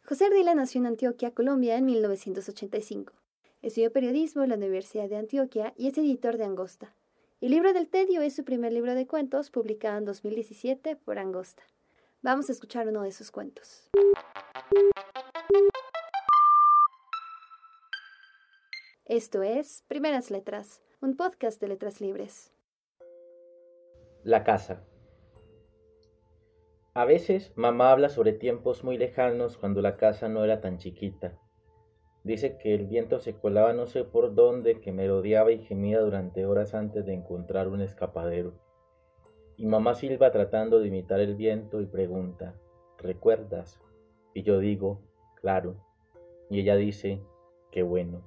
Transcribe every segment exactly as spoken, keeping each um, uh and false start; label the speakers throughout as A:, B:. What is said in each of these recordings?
A: José Ardila nació en Antioquia, Colombia, en mil novecientos ochenta y cinco. Estudió periodismo en la Universidad de Antioquia y es editor de Angosta. El libro del Tedio es su primer libro de cuentos, publicado en dos mil diecisiete por Angosta. Vamos a escuchar uno de sus cuentos. Esto es Primeras Letras, un podcast de letras libres.
B: La casa. A veces mamá habla sobre tiempos muy lejanos cuando la casa no era tan chiquita. Dice que el viento se colaba no sé por dónde, que merodeaba y gemía durante horas antes de encontrar un escapadero. Y mamá silba tratando de imitar el viento y pregunta, ¿recuerdas? Y yo digo, claro. Y ella dice, qué bueno.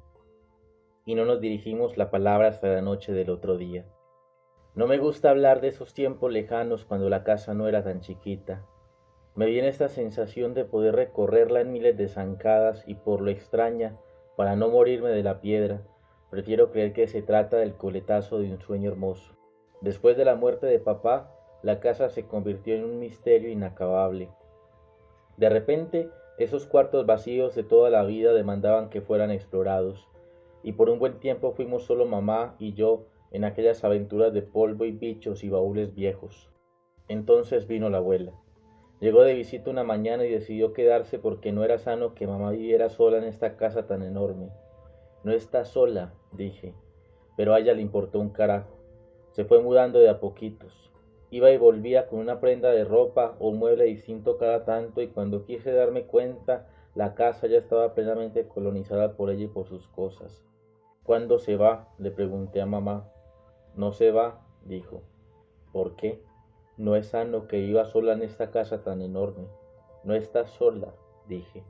B: Y no nos dirigimos la palabra hasta la noche del otro día. No me gusta hablar de esos tiempos lejanos cuando la casa no era tan chiquita. Me viene esta sensación de poder recorrerla en miles de zancadas y por lo extraña, para no morirme de la piedra, prefiero creer que se trata del coletazo de un sueño hermoso. Después de la muerte de papá, la casa se convirtió en un misterio inacabable. De repente, esos cuartos vacíos de toda la vida demandaban que fueran explorados, y por un buen tiempo fuimos solo mamá y yo en aquellas aventuras de polvo y bichos y baúles viejos. Entonces vino la abuela. Llegó de visita una mañana y decidió quedarse porque no era sano que mamá viviera sola en esta casa tan enorme. No está sola, dije, pero a ella le importó un carajo. Se fue mudando de a poquitos. Iba y volvía con una prenda de ropa o un mueble distinto cada tanto y cuando quise darme cuenta, la casa ya estaba plenamente colonizada por ella y por sus cosas. ¿Cuándo se va?, le pregunté a mamá. No se va, dijo. ¿Por qué? No es sano que viva sola en esta casa tan enorme. No estás sola, dije.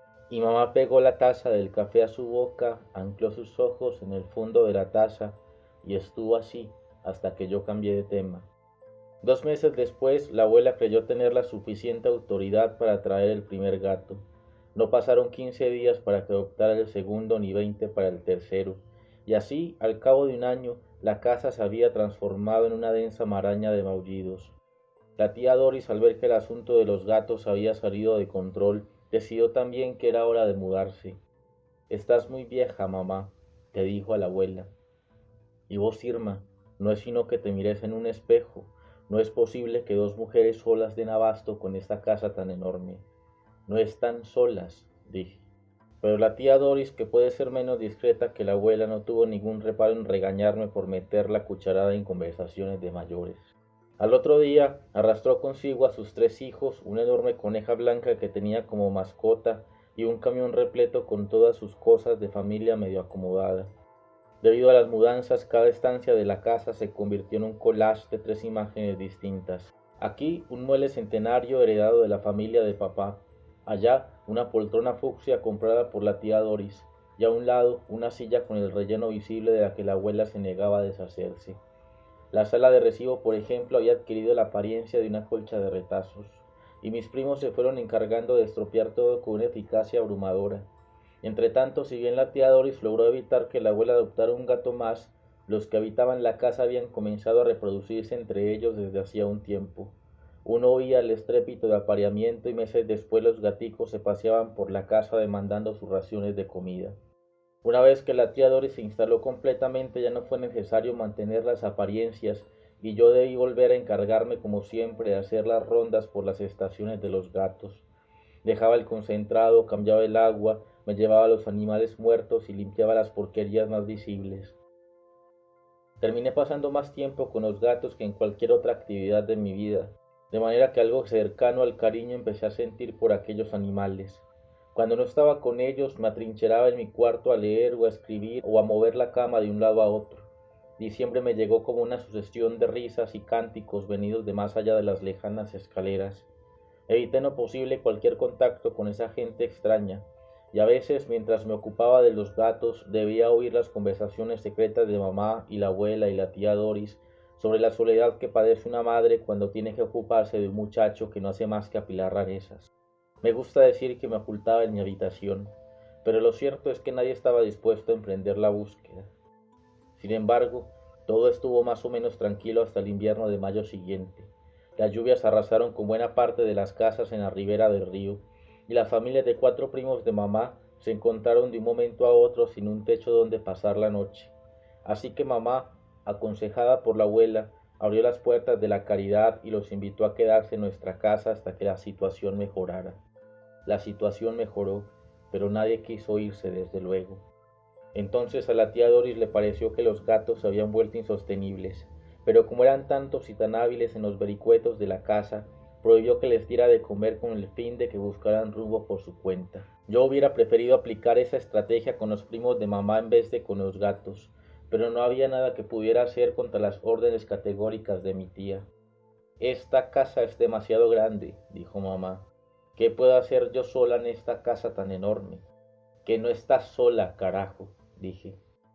B: Y mamá pegó la taza del café a su boca, ancló sus ojos en el fondo de la taza y estuvo así hasta que yo cambié de tema. Dos meses después, la abuela creyó tener la suficiente autoridad para traer el primer gato. No pasaron quince días para que adoptara el segundo ni veinte para el tercero. Y así, al cabo de un año, la casa se había transformado en una densa maraña de maullidos. La tía Doris, al ver que el asunto de los gatos había salido de control, decidió también que era hora de mudarse. «Estás muy vieja, mamá», le dijo a la abuela. «Y vos, Irma, no es sino que te mires en un espejo. No es posible que dos mujeres solas den abasto con esta casa tan enorme». «No están solas», dije. Pero la tía Doris, que puede ser menos discreta que la abuela, no tuvo ningún reparo en regañarme por meter la cucharada en conversaciones de mayores. Al otro día arrastró consigo a sus tres hijos, una enorme coneja blanca que tenía como mascota y un camión repleto con todas sus cosas de familia medio acomodada. Debido a las mudanzas, cada estancia de la casa se convirtió en un collage de tres imágenes distintas. Aquí un mueble centenario heredado de la familia de papá. Allá una poltrona fucsia comprada por la tía Doris. Y a un lado una silla con el relleno visible de la que la abuela se negaba a deshacerse. La sala de recibo, por ejemplo, había adquirido la apariencia de una colcha de retazos. Y mis primos se fueron encargando de estropear todo con una eficacia abrumadora. Entretanto, si bien la tía Doris logró evitar que la abuela adoptara un gato más, los que habitaban la casa habían comenzado a reproducirse entre ellos desde hacía un tiempo. Uno oía el estrépito de apareamiento y meses después los gaticos se paseaban por la casa demandando sus raciones de comida. Una vez que la tía Doris se instaló completamente, ya no fue necesario mantener las apariencias y yo debí volver a encargarme como siempre de hacer las rondas por las estaciones de los gatos. Dejaba el concentrado, cambiaba el agua, me llevaba a los animales muertos y limpiaba las porquerías más visibles. Terminé pasando más tiempo con los gatos que en cualquier otra actividad de mi vida, de manera que algo cercano al cariño empecé a sentir por aquellos animales. Cuando no estaba con ellos, me atrincheraba en mi cuarto a leer o a escribir o a mover la cama de un lado a otro. Diciembre me llegó como una sucesión de risas y cánticos venidos de más allá de las lejanas escaleras. Evité en lo posible cualquier contacto con esa gente extraña, y a veces, mientras me ocupaba de los gatos, debía oír las conversaciones secretas de mamá y la abuela y la tía Doris sobre la soledad que padece una madre cuando tiene que ocuparse de un muchacho que no hace más que apilar rarezas. Me gusta decir que me ocultaba en mi habitación, pero lo cierto es que nadie estaba dispuesto a emprender la búsqueda. Sin embargo, todo estuvo más o menos tranquilo hasta el invierno de mayo siguiente. Las lluvias arrasaron con buena parte de las casas en la ribera del río, y las familias de cuatro primos de mamá se encontraron de un momento a otro sin un techo donde pasar la noche. Así que mamá, aconsejada por la abuela, abrió las puertas de la caridad y los invitó a quedarse en nuestra casa hasta que la situación mejorara. La situación mejoró, pero nadie quiso irse, desde luego. Entonces a la tía Doris le pareció que los gatos se habían vuelto insostenibles, pero como eran tantos y tan hábiles en los vericuetos de la casa, prohibió que les diera de comer con el fin de que buscaran rumbo por su cuenta. Yo hubiera preferido aplicar esa estrategia con los primos de mamá en vez de con los gatos, pero no había nada que pudiera hacer contra las órdenes categóricas de mi tía. Esta casa es demasiado grande, dijo mamá. ¿Qué puedo hacer yo sola en esta casa tan enorme? Que no estás sola, carajo, dije.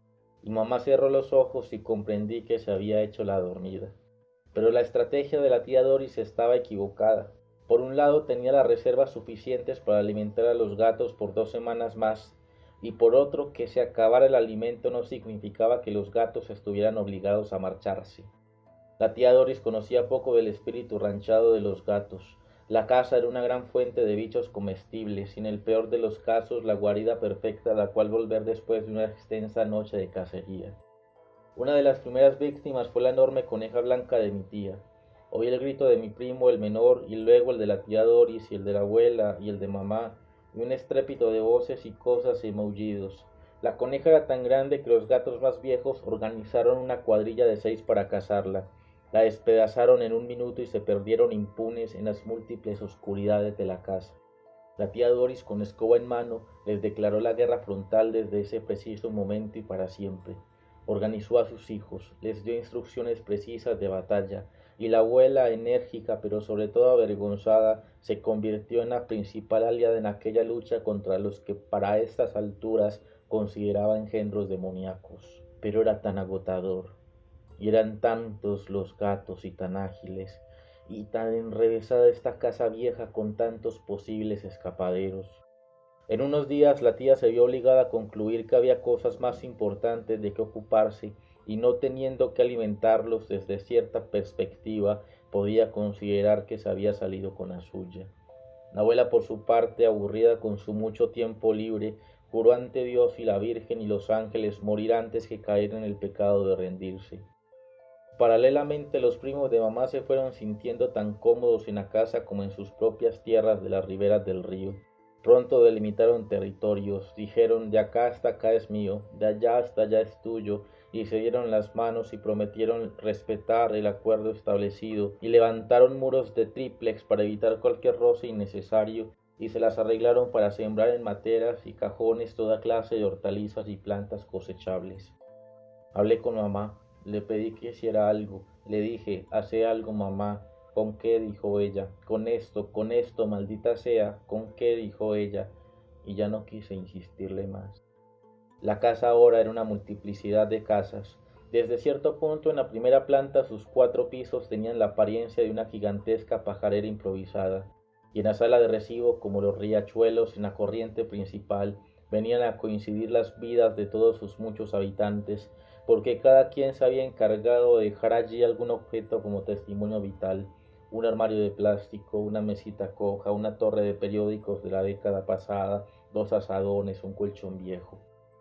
B: Y mamá cerró los ojos y comprendí que se había hecho la dormida. Pero la estrategia de la tía Doris estaba equivocada. Por un lado tenía las reservas suficientes para alimentar a los gatos por dos semanas más, y por otro que se acabara el alimento no significaba que los gatos estuvieran obligados a marcharse. La tía Doris conocía poco del espíritu ranchado de los gatos. La casa era una gran fuente de bichos comestibles y en el peor de los casos la guarida perfecta a la cual volver después de una extensa noche de cacería. Una de las primeras víctimas fue la enorme coneja blanca de mi tía. Oí el grito de mi primo, el menor, y luego el de la tía Doris y el de la abuela y el de mamá, y un estrépito de voces y cosas y maullidos. La coneja era tan grande que los gatos más viejos organizaron una cuadrilla de seis para cazarla. La despedazaron en un minuto y se perdieron impunes en las múltiples oscuridades de la casa. La tía Doris, con escoba en mano, les declaró la guerra frontal desde ese preciso momento y para siempre. Organizó a sus hijos, les dio instrucciones precisas de batalla, y la abuela, enérgica pero sobre todo avergonzada, se convirtió en la principal aliada en aquella lucha contra los que para estas alturas consideraba engendros demoníacos. Pero era tan agotador, y eran tantos los gatos y tan ágiles, y tan enrevesada esta casa vieja con tantos posibles escapaderos. En unos días la tía se vio obligada a concluir que había cosas más importantes de que ocuparse, y no teniendo que alimentarlos desde cierta perspectiva, podía considerar que se había salido con la suya. La abuela, por su parte, aburrida con su mucho tiempo libre, juró ante Dios y la Virgen y los ángeles morir antes que caer en el pecado de rendirse. Paralelamente, los primos de mamá se fueron sintiendo tan cómodos en la casa como en sus propias tierras de las riberas del río. Pronto delimitaron territorios, dijeron de acá hasta acá es mío, de allá hasta allá es tuyo, y se dieron las manos y prometieron respetar el acuerdo establecido, y levantaron muros de tríplex para evitar cualquier roce innecesario, y se las arreglaron para sembrar en materas y cajones toda clase de hortalizas y plantas cosechables. Hablé con mamá. Le pedí que hiciera algo. Le dije, hace algo, mamá. ¿Con qué? Dijo ella. Con esto, con esto, maldita sea. ¿Con qué? Dijo ella. Y ya no quise insistirle más. La casa ahora era una multiplicidad de casas. Desde cierto punto en la primera planta sus cuatro pisos tenían la apariencia de una gigantesca pajarera improvisada. Y en la sala de recibo, como los riachuelos en la corriente principal, venían a coincidir las vidas de todos sus muchos habitantes, porque cada quien se había encargado de dejar allí algún objeto como testimonio vital, un armario de plástico, una mesita coja, una torre de periódicos de la década pasada, dos azadones, un colchón viejo.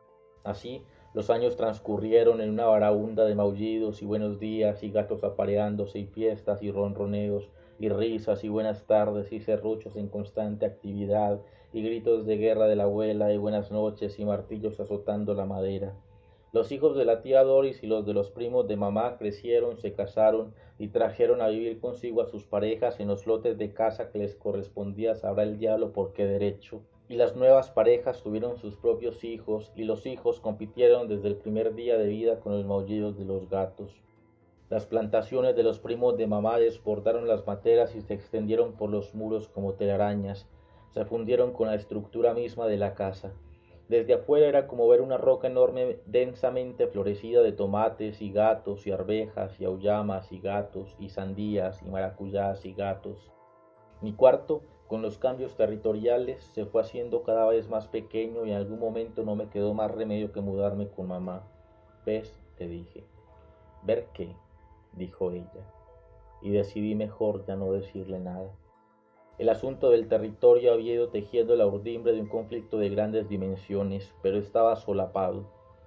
B: Así, los años transcurrieron en una varaunda de maullidos y buenos días y gatos apareándose y fiestas y ronroneos y risas y buenas tardes y serruchos en constante actividad y gritos de guerra de la abuela y buenas noches y martillos azotando la madera. Los hijos de la tía Doris y los de los primos de mamá crecieron, se casaron y trajeron a vivir consigo a sus parejas en los lotes de casa que les correspondía sabrá el diablo por qué derecho. Y las nuevas parejas tuvieron sus propios hijos y los hijos compitieron desde el primer día de vida con los maullidos de los gatos. Las plantaciones de los primos de mamá desbordaron las materas y se extendieron por los muros como telarañas, se fundieron con la estructura misma de la casa. Desde afuera era como ver una roca enorme densamente florecida de tomates y gatos y arvejas y auyamas y gatos y sandías y maracuyás y gatos. Mi cuarto, con los cambios territoriales, se fue haciendo cada vez más pequeño y en algún momento no me quedó más remedio que mudarme con mamá. ¿Ves? Te dije. ¿Ver qué? Dijo ella. Y decidí mejor ya no decirle nada. El asunto del territorio había ido tejiendo la urdimbre de un conflicto de grandes dimensiones, pero estaba solapado,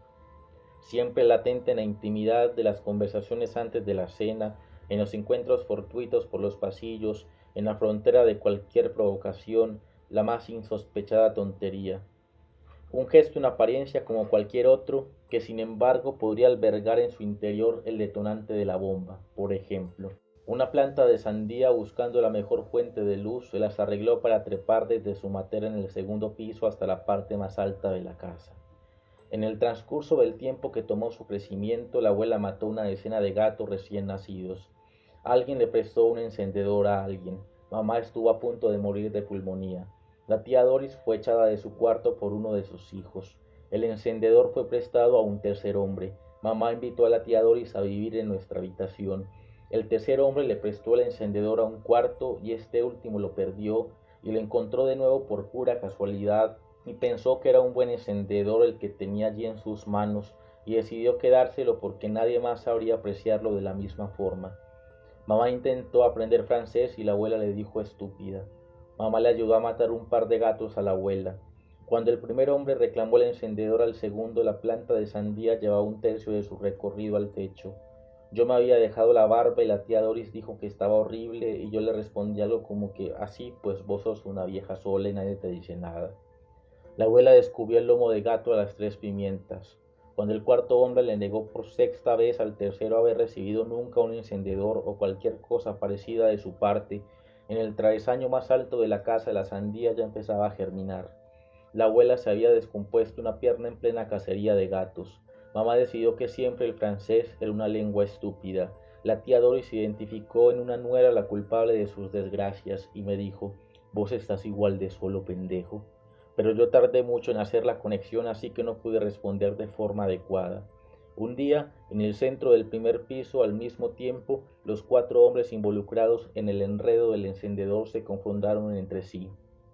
B: siempre latente en la intimidad de las conversaciones antes de la cena, en los encuentros fortuitos por los pasillos, en la frontera de cualquier provocación, la más insospechada tontería. Un gesto en apariencia como cualquier otro, que sin embargo podría albergar en su interior el detonante de la bomba, por ejemplo. Una planta de sandía, buscando la mejor fuente de luz, se las arregló para trepar desde su matera en el segundo piso hasta la parte más alta de la casa. En el transcurso del tiempo que tomó su crecimiento, la abuela mató una decena de gatos recién nacidos. Alguien le prestó un encendedor a alguien. Mamá estuvo a punto de morir de pulmonía. La tía Doris fue echada de su cuarto por uno de sus hijos. El encendedor fue prestado a un tercer hombre. Mamá invitó a la tía Doris a vivir en nuestra habitación. El tercer hombre le prestó el encendedor a un cuarto y este último lo perdió y lo encontró de nuevo por pura casualidad y pensó que era un buen encendedor el que tenía allí en sus manos y decidió quedárselo porque nadie más sabría apreciarlo de la misma forma. Mamá intentó aprender francés y la abuela le dijo estúpida. Mamá le ayudó a matar un par de gatos a la abuela. Cuando el primer hombre reclamó el encendedor al segundo, la planta de sandía llevaba un tercio de su recorrido al techo. Yo me había dejado la barba y la tía Doris dijo que estaba horrible y yo le respondí algo como que así pues vos sos una vieja sola y nadie te dice nada. La abuela descubrió el lomo de gato a las tres pimientas. Cuando el cuarto hombre le negó por sexta vez al tercero haber recibido nunca un encendedor o cualquier cosa parecida de su parte, en el travesaño más alto de la casa la sandía ya empezaba a germinar. La abuela se había descompuesto una pierna en plena cacería de gatos. Mamá decidió que siempre el francés era una lengua estúpida. La tía Doris identificó en una nuera la culpable de sus desgracias y me dijo, vos estás igual de solo, pendejo. Pero yo tardé mucho en hacer la conexión, así que no pude responder de forma adecuada. Un día, en el centro del primer piso, al mismo tiempo, los cuatro hombres involucrados en el enredo del encendedor se confrontaron entre sí.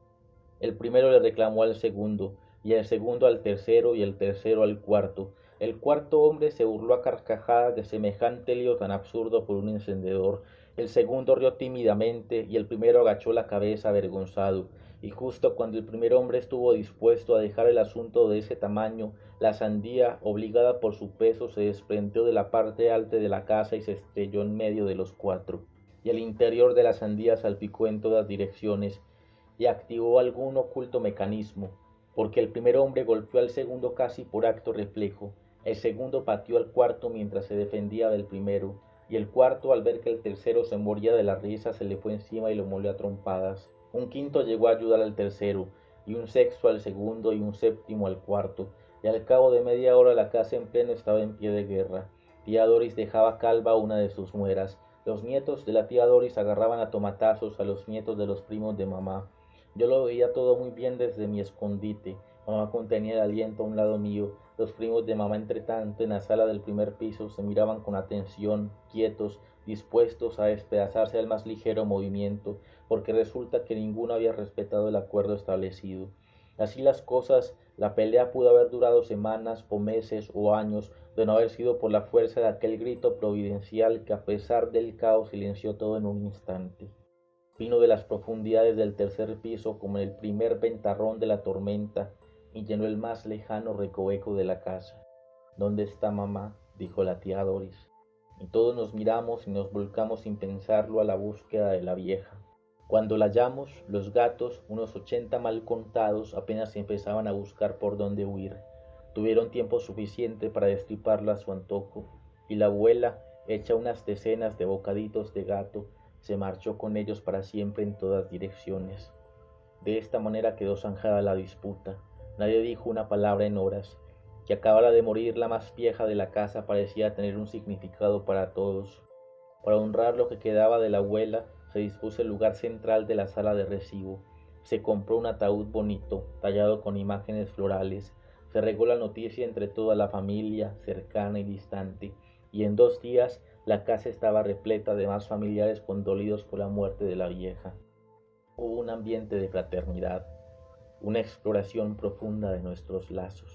B: El primero le reclamó al segundo, y el segundo al tercero, y el tercero al cuarto. El cuarto hombre se burló a carcajadas de semejante lío tan absurdo por un encendedor. El segundo rió tímidamente, y el primero agachó la cabeza avergonzado. Y justo cuando el primer hombre estuvo dispuesto a dejar el asunto de ese tamaño, la sandía, obligada por su peso, se desprendió de la parte alta de la casa y se estrelló en medio de los cuatro. Y el interior de la sandía salpicó en todas direcciones, y activó algún oculto mecanismo, porque el primer hombre golpeó al segundo casi por acto reflejo, el segundo pateó al cuarto mientras se defendía del primero, y el cuarto, al ver que el tercero se moría de la risa, se le fue encima y lo molió a trompadas. Un quinto llegó a ayudar al tercero, y un sexto al segundo, y un séptimo al cuarto, y al cabo de media hora la casa en pleno estaba en pie de guerra. Tía Doris dejaba calva una de sus nueras. Los nietos de la tía Doris agarraban a tomatazos a los nietos de los primos de mamá. Yo lo veía todo muy bien desde mi escondite. Mamá contenía el aliento a un lado mío. Los primos de mamá, entre tanto, en la sala del primer piso, se miraban con atención, quietos, dispuestos a despedazarse al más ligero movimiento, porque resulta que ninguno había respetado el acuerdo establecido. Así las cosas, la pelea pudo haber durado semanas o meses o años, de no haber sido por la fuerza de aquel grito providencial que a pesar del caos silenció todo en un instante. Vino de las profundidades del tercer piso como en el primer ventarrón de la tormenta y llenó el más lejano recoveco de la casa. ¿Dónde está mamá?, dijo la tía Doris. Y todos nos miramos y nos volcamos sin pensarlo a la búsqueda de la vieja. Cuando la hallamos, los gatos, unos ochenta mal contados, apenas empezaban a buscar por dónde huir. Tuvieron tiempo suficiente para destriparla a su antojo, y la abuela, hecha unas decenas de bocaditos de gato, se marchó con ellos para siempre en todas direcciones. De esta manera quedó zanjada la disputa. Nadie dijo una palabra en horas. Que acabara de morir la más vieja de la casa parecía tener un significado para todos. Para honrar lo que quedaba de la abuela, se dispuso el lugar central de la sala de recibo. Se compró un ataúd bonito, tallado con imágenes florales. Se regó la noticia entre toda la familia, cercana y distante, y en dos días la casa estaba repleta de más familiares condolidos por la muerte de la vieja. Hubo un ambiente de fraternidad, una exploración profunda de nuestros lazos,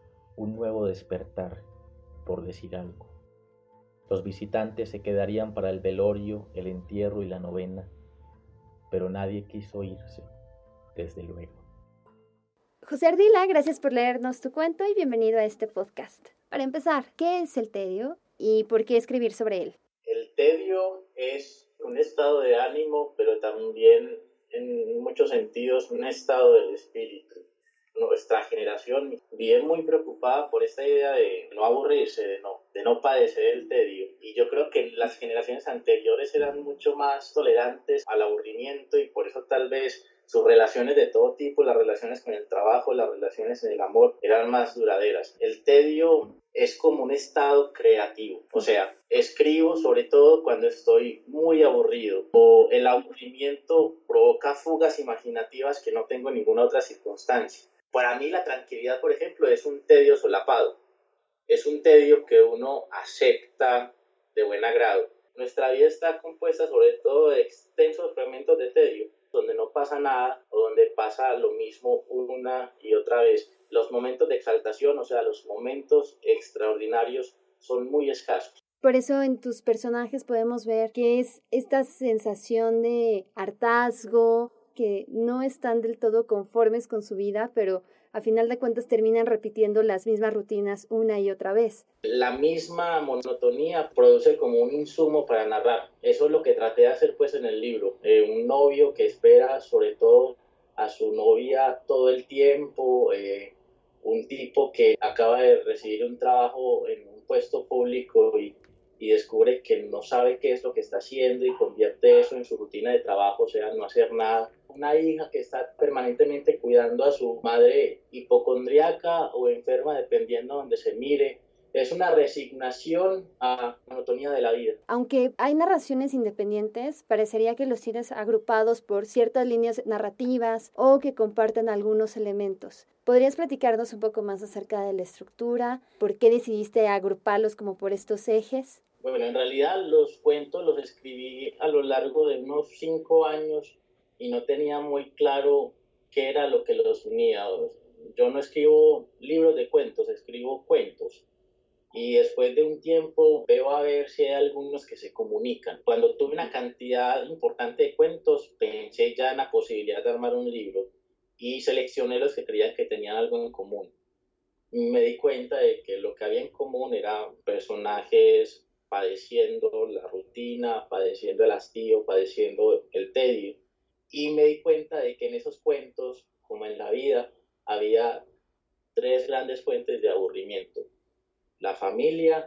B: un nuevo despertar, por decir algo. Los visitantes se quedarían para el velorio, el entierro y la novena, pero nadie quiso irse, desde luego.
A: José Ardila, gracias por leernos tu cuento y bienvenido a este podcast. Para empezar, ¿qué es el tedio y por qué escribir sobre él?
B: El tedio es un estado de ánimo, pero también en muchos sentidos un estado del espíritu. Nuestra generación viene muy preocupada por esta idea de no aburrirse, de no, de no padecer el tedio. Y yo creo que las generaciones anteriores eran mucho más tolerantes al aburrimiento y por eso tal vez sus relaciones de todo tipo, las relaciones con el trabajo, las relaciones en el amor, eran más duraderas. El tedio es como un estado creativo, o sea, escribo sobre todo cuando estoy muy aburrido o el aburrimiento provoca fugas imaginativas que no tengo en ninguna otra circunstancia. Para mí la tranquilidad, por ejemplo, es un tedio solapado, es un tedio que uno acepta de buen agrado. Nuestra vida está compuesta sobre todo de extensos fragmentos de tedio, donde no pasa nada o donde pasa lo mismo una y otra vez. Los momentos de exaltación, o sea, los momentos extraordinarios, son muy escasos.
A: Por eso en tus personajes podemos ver que es esta sensación de hartazgo, que no están del todo conformes con su vida, pero a final de cuentas terminan repitiendo las mismas rutinas una y otra vez.
B: La misma monotonía produce como un insumo para narrar. Eso es lo que traté de hacer pues en el libro. Eh, un novio que espera sobre todo a su novia todo el tiempo, eh, un tipo que acaba de recibir un trabajo en un puesto público y, y descubre que no sabe qué es lo que está haciendo y convierte eso en su rutina de trabajo, o sea, no hacer nada. Una hija que está permanentemente cuidando a su madre hipocondríaca o enferma, dependiendo de donde se mire. Es una resignación a la monotonía de la vida.
A: Aunque hay narraciones independientes, parecería que los tienes agrupados por ciertas líneas narrativas o que comparten algunos elementos. ¿Podrías platicarnos un poco más acerca de la estructura? ¿Por qué decidiste agruparlos como por estos ejes?
B: Bueno, en realidad los cuentos los escribí a lo largo de unos cinco años y no tenía muy claro qué era lo que los unía. Yo no escribo libros de cuentos, escribo cuentos. Y después de un tiempo veo a ver si hay algunos que se comunican. Cuando tuve una cantidad importante de cuentos, pensé ya en la posibilidad de armar un libro y seleccioné los que creían que tenían algo en común. Me di cuenta de que lo que había en común eran personajes padeciendo la rutina, padeciendo el hastío, padeciendo el tedio. Y me di cuenta de que en esos cuentos, como en la vida, había tres grandes fuentes de aburrimiento: la familia,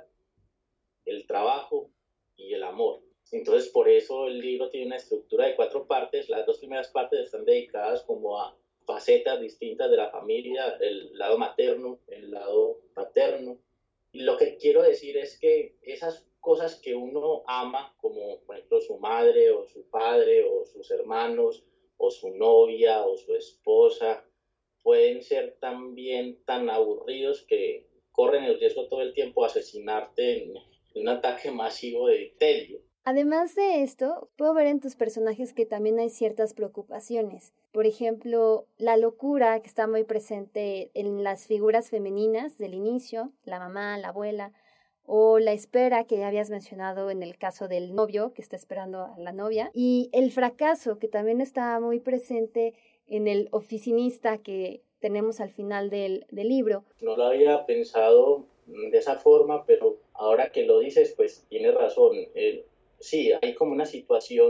B: el trabajo y el amor. Entonces, por eso el libro tiene una estructura de cuatro partes. Las dos primeras partes están dedicadas como a facetas distintas de la familia, el lado materno, el lado paterno. Y lo que quiero decir es que esas cosas que uno ama, como por ejemplo su madre o su padre o sus hermanos o su novia o su esposa, pueden ser también tan aburridos que corren el riesgo todo el tiempo de asesinarte en un ataque masivo de tedio.
A: Además de esto, puedo ver en tus personajes que también hay ciertas preocupaciones. Por ejemplo, la locura que está muy presente en las figuras femeninas del inicio, la mamá, la abuela, o la espera que ya habías mencionado en el caso del novio que está esperando a la novia, y el fracaso que también está muy presente en el oficinista que tenemos al final del, del libro.
B: No lo había pensado de esa forma, pero ahora que lo dices, pues tienes razón. Eh, sí, hay como una situación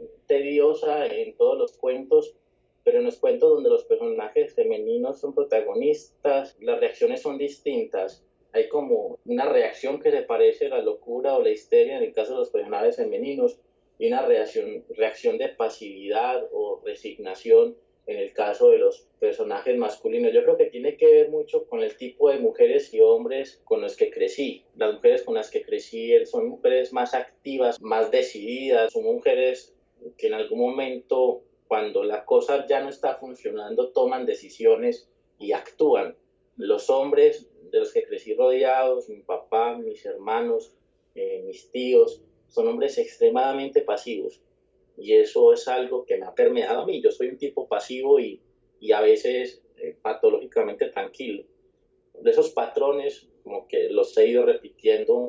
B: tediosa en todos los cuentos, pero en los cuentos donde los personajes femeninos son protagonistas, las reacciones son distintas. Hay como una reacción que se parece a la locura o la histeria en el caso de los personajes femeninos y una reacción, reacción de pasividad o resignación en el caso de los personajes masculinos. Yo creo que tiene que ver mucho con el tipo de mujeres y hombres con los que crecí. Las mujeres con las que crecí son mujeres más activas, más decididas, son mujeres que en algún momento, cuando la cosa ya no está funcionando, toman decisiones y actúan. Los hombres de los que crecí rodeados, mi papá, mis hermanos, eh, mis tíos, son hombres extremadamente pasivos. Y eso es algo que me ha permeado a mí. Yo soy un tipo pasivo y, y a veces eh, patológicamente tranquilo. De esos patrones, como que los he ido repitiendo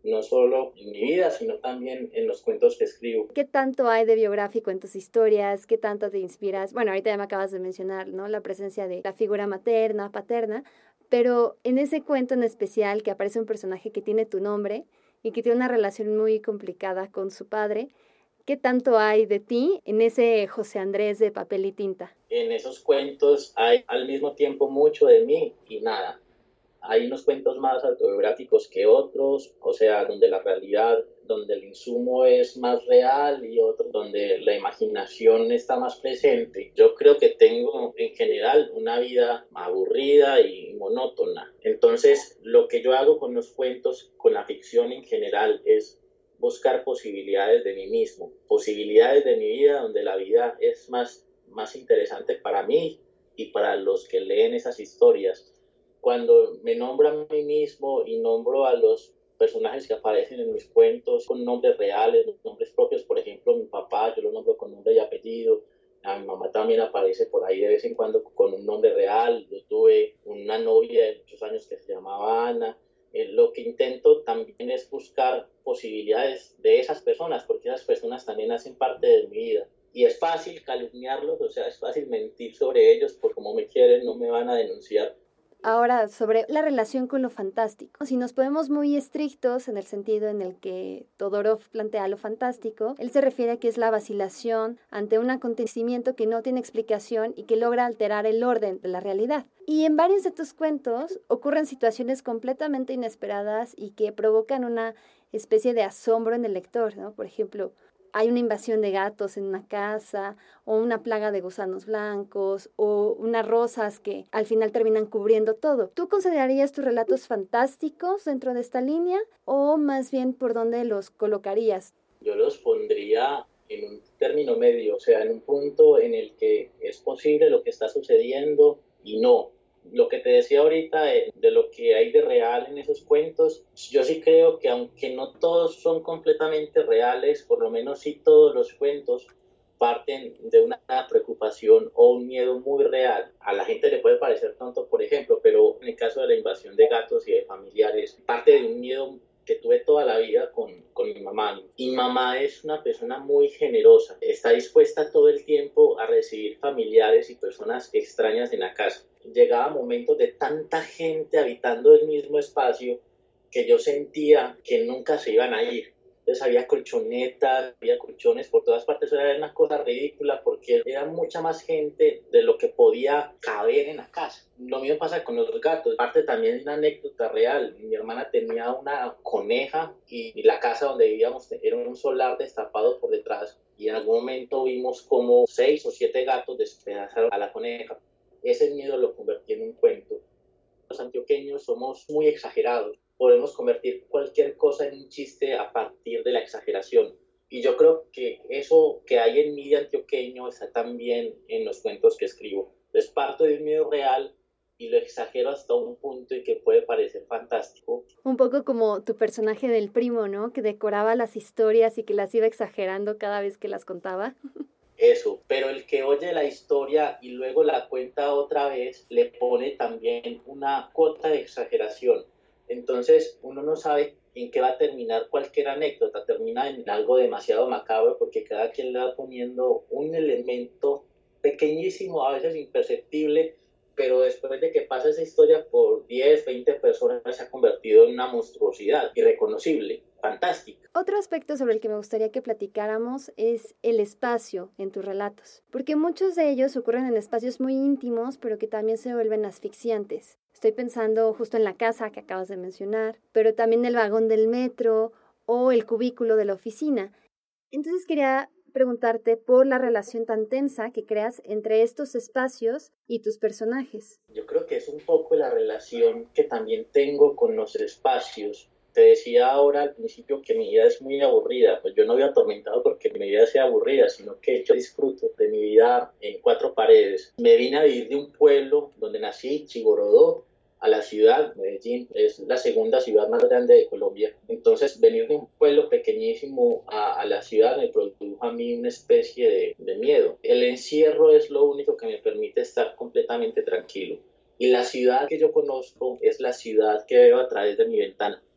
B: no solo en mi vida, sino también en los cuentos que escribo.
A: ¿Qué tanto hay de biográfico en tus historias? ¿Qué tanto te inspiras? Bueno, ahorita ya me acabas de mencionar, ¿no? La presencia de la figura materna, paterna, pero en ese cuento en especial que aparece un personaje que tiene tu nombre y que tiene una relación muy complicada con su padre, ¿qué tanto hay de ti en ese José Andrés de papel y tinta?
B: En esos cuentos hay al mismo tiempo mucho de mí y nada. Hay unos cuentos más autobiográficos que otros, o sea, donde la realidad, donde el insumo es más real y otros donde la imaginación está más presente. Yo creo que tengo en general una vida aburrida y monótona. Entonces, lo que yo hago con los cuentos, con la ficción en general, es buscar posibilidades de mí mismo, posibilidades de mi vida donde la vida es más, más interesante para mí y para los que leen esas historias. Cuando me nombro a mí mismo y nombro a los personajes que aparecen en mis cuentos con nombres reales, nombres propios, por ejemplo, mi papá, yo lo nombro con nombre y apellido, a mi mamá también aparece por ahí de vez en cuando con un nombre real, yo tuve una novia de muchos años que se llamaba Ana. Eh, lo que intento también es buscar posibilidades de esas personas, porque esas personas también hacen parte de mi vida. Y es fácil calumniarlos, o sea, es fácil mentir sobre ellos, porque como me quieren no me van a denunciar.
A: Ahora, sobre la relación con lo fantástico. Si nos ponemos muy estrictos en el sentido en el que Todorov plantea lo fantástico, él se refiere a que es la vacilación ante un acontecimiento que no tiene explicación y que logra alterar el orden de la realidad. Y en varios de tus cuentos ocurren situaciones completamente inesperadas y que provocan una especie de asombro en el lector, ¿no? Por ejemplo, hay una invasión de gatos en una casa, o una plaga de gusanos blancos, o unas rosas que al final terminan cubriendo todo. ¿Tú considerarías tus relatos fantásticos dentro de esta línea, o más bien por dónde los colocarías?
B: Yo los pondría en un término medio, o sea, en un punto en el que es posible lo que está sucediendo y no. Lo que te decía ahorita de, de lo que hay de real en esos cuentos, yo sí creo que aunque no todos son completamente reales, por lo menos sí todos los cuentos parten de una preocupación o un miedo muy real. A la gente le puede parecer tonto, por ejemplo, pero en el caso de la invasión de gatos y de familiares, parte de un miedo que tuve toda la vida con, con mi mamá. Y mi mamá es una persona muy generosa, está dispuesta todo el tiempo a recibir familiares y personas extrañas en la casa. Llegaba momentos de tanta gente habitando el mismo espacio que yo sentía que nunca se iban a ir. Entonces había colchonetas, había colchones por todas partes, eso era una cosa ridícula porque era mucha más gente de lo que podía caber en la casa. Lo mismo pasa con los gatos, parte también de una anécdota real. Mi hermana tenía una coneja y la casa donde vivíamos era un solar destapado por detrás y en algún momento vimos como seis o siete gatos despedazaron a la coneja. Ese miedo lo convertí en un cuento. Los antioqueños somos muy exagerados. Podemos convertir cualquier cosa en un chiste a partir de la exageración. Y yo creo que eso que hay en mí de antioqueño está también en los cuentos que escribo. Es parte de un miedo real y lo exagero hasta un punto y que puede parecer fantástico.
A: Un poco como tu personaje del primo, ¿no? Que decoraba las historias y que las iba exagerando cada vez que las contaba.
B: Eso, pero el que oye la historia y luego la cuenta otra vez, le pone también una cuota de exageración. Entonces uno no sabe en qué va a terminar cualquier anécdota, termina en algo demasiado macabro porque cada quien le va poniendo un elemento pequeñísimo, a veces imperceptible, pero después de que pasa esa historia por diez, veinte personas se ha convertido en una monstruosidad irreconocible, fantástica.
A: Otro aspecto sobre el que me gustaría que platicáramos es el espacio en tus relatos, porque muchos de ellos ocurren en espacios muy íntimos, pero que también se vuelven asfixiantes. Estoy pensando justo en la casa que acabas de mencionar, pero también el vagón del metro o el cubículo de la oficina. Entonces quería preguntarte por la relación tan tensa que creas entre estos espacios y tus personajes.
B: Yo creo que es un poco la relación que también tengo con los espacios. Te decía ahora al principio que mi vida es muy aburrida, pues yo no había atormentado porque mi vida sea aburrida, sino que yo disfruto de mi vida en cuatro paredes. Me vine a vivir de un pueblo donde nací, Chigorodó, a la ciudad. Medellín es la segunda ciudad más grande de Colombia. Entonces venir de un pueblo pequeñísimo a, a la ciudad me produjo a mí una especie de, de miedo. El encierro es lo único que me permite estar completamente tranquilo. Y la ciudad que yo conozco es la ciudad que veo a través de mi ventana.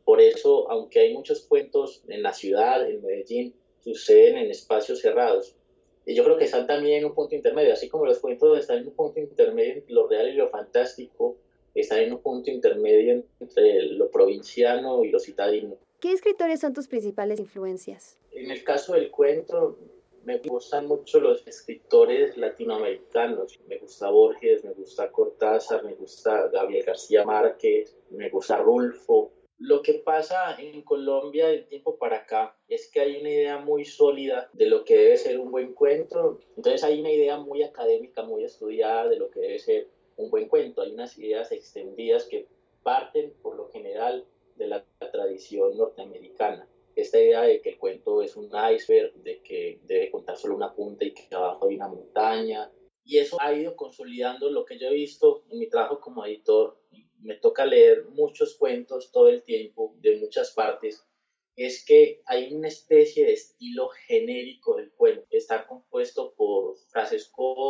B: Por eso, aunque hay muchos cuentos en la ciudad, en Medellín, suceden en espacios cerrados. Y yo creo que están también en un punto intermedio, así como los cuentos están en un punto intermedio entre lo real y lo fantástico, están en un punto intermedio entre lo provinciano y lo citadino.
A: ¿Qué escritores son tus principales influencias?
B: En el caso del cuento, me gustan mucho los escritores latinoamericanos. Me gusta Borges, me gusta Cortázar, me gusta Gabriel García Márquez, me gusta Rulfo. Lo que pasa en Colombia de tiempo para acá es que hay una idea muy sólida de lo que debe ser un buen cuento. Entonces hay una idea muy académica, muy estudiada de lo que debe ser un buen cuento. Hay unas ideas extendidas que parten por lo general de la, la tradición norteamericana. Esta idea de que el cuento es un iceberg, de que debe contar solo una punta y que abajo hay una montaña. Y eso ha ido consolidando lo que yo he visto en mi trabajo como editor. Me toca leer muchos cuentos todo el tiempo, de muchas partes. Es que hay una especie de estilo genérico del cuento. Está compuesto por frases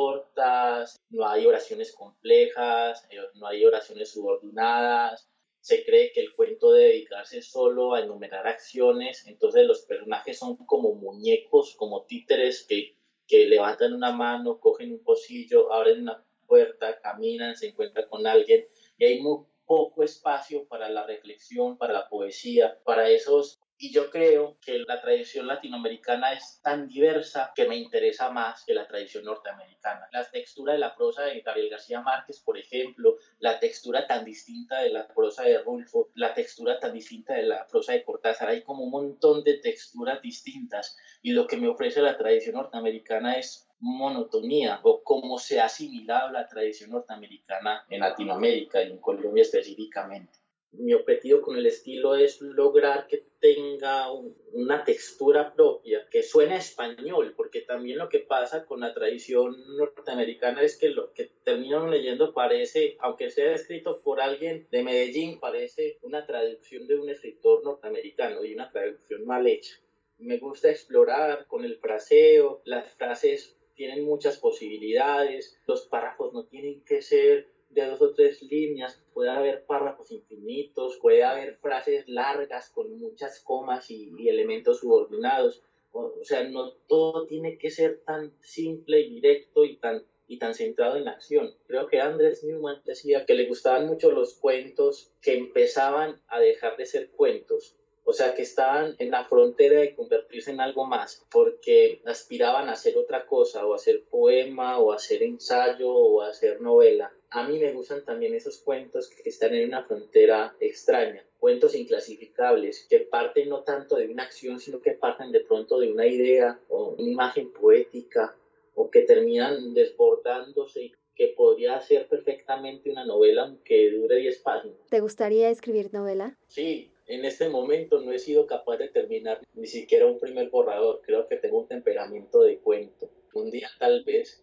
B: cortas, no hay oraciones complejas, no hay oraciones subordinadas. Se cree que el cuento debe dedicarse solo a enumerar acciones, entonces los personajes son como muñecos, como títeres que, que levantan una mano, cogen un pocillo, abren una puerta, caminan, se encuentran con alguien, y hay muy poco espacio para la reflexión, para la poesía, para esos. Y yo creo que la tradición latinoamericana es tan diversa que me interesa más que la tradición norteamericana. La textura de la prosa de Gabriel García Márquez, por ejemplo, la textura tan distinta de la prosa de Rulfo, la textura tan distinta de la prosa de Cortázar, hay como un montón de texturas distintas, y lo que me ofrece la tradición norteamericana es monotonía, o cómo se ha asimilado la tradición norteamericana en Latinoamérica y en Colombia específicamente. Mi objetivo con el estilo es lograr que tenga un, una textura propia, que suene a español, porque también lo que pasa con la tradición norteamericana es que lo que terminan leyendo parece, aunque sea escrito por alguien de Medellín, parece una traducción de un escritor norteamericano y una traducción mal hecha. Me gusta explorar con el fraseo, las frases tienen muchas posibilidades, los párrafos no tienen que ser de dos o tres líneas, puede haber párrafos infinitos, puede haber frases largas con muchas comas y, y elementos subordinados. O, o sea, no todo tiene que ser tan simple y directo y tan, y tan centrado en la acción. Creo que Andrés Newman decía que le gustaban mucho los cuentos que empezaban a dejar de ser cuentos. O sea, que estaban en la frontera de convertirse en algo más, porque aspiraban a hacer otra cosa, o a hacer poema, o a hacer ensayo, o a hacer novela. A mí me gustan también esos cuentos que están en una frontera extraña, cuentos inclasificables, que parten no tanto de una acción, sino que parten de pronto de una idea, o una imagen poética, o que terminan desbordándose y que podría ser perfectamente una novela aunque dure diez páginas.
A: ¿Te gustaría escribir novela?
B: Sí. En este momento no he sido capaz de terminar ni siquiera un primer borrador. Creo que tengo un temperamento de cuento. Un día tal vez.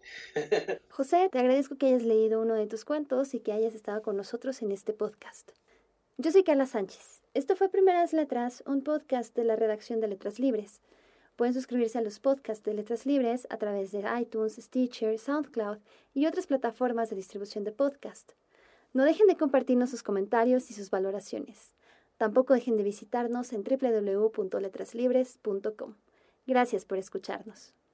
A: José, te agradezco que hayas leído uno de tus cuentos y que hayas estado con nosotros en este podcast. Yo soy Carla Sánchez. Esto fue Primeras Letras, un podcast de la redacción de Letras Libres. Pueden suscribirse a los podcasts de Letras Libres a través de iTunes, Stitcher, SoundCloud y otras plataformas de distribución de podcast. No dejen de compartirnos sus comentarios y sus valoraciones. Tampoco dejen de visitarnos en doble u doble u doble u punto letras libres punto com. Gracias por escucharnos.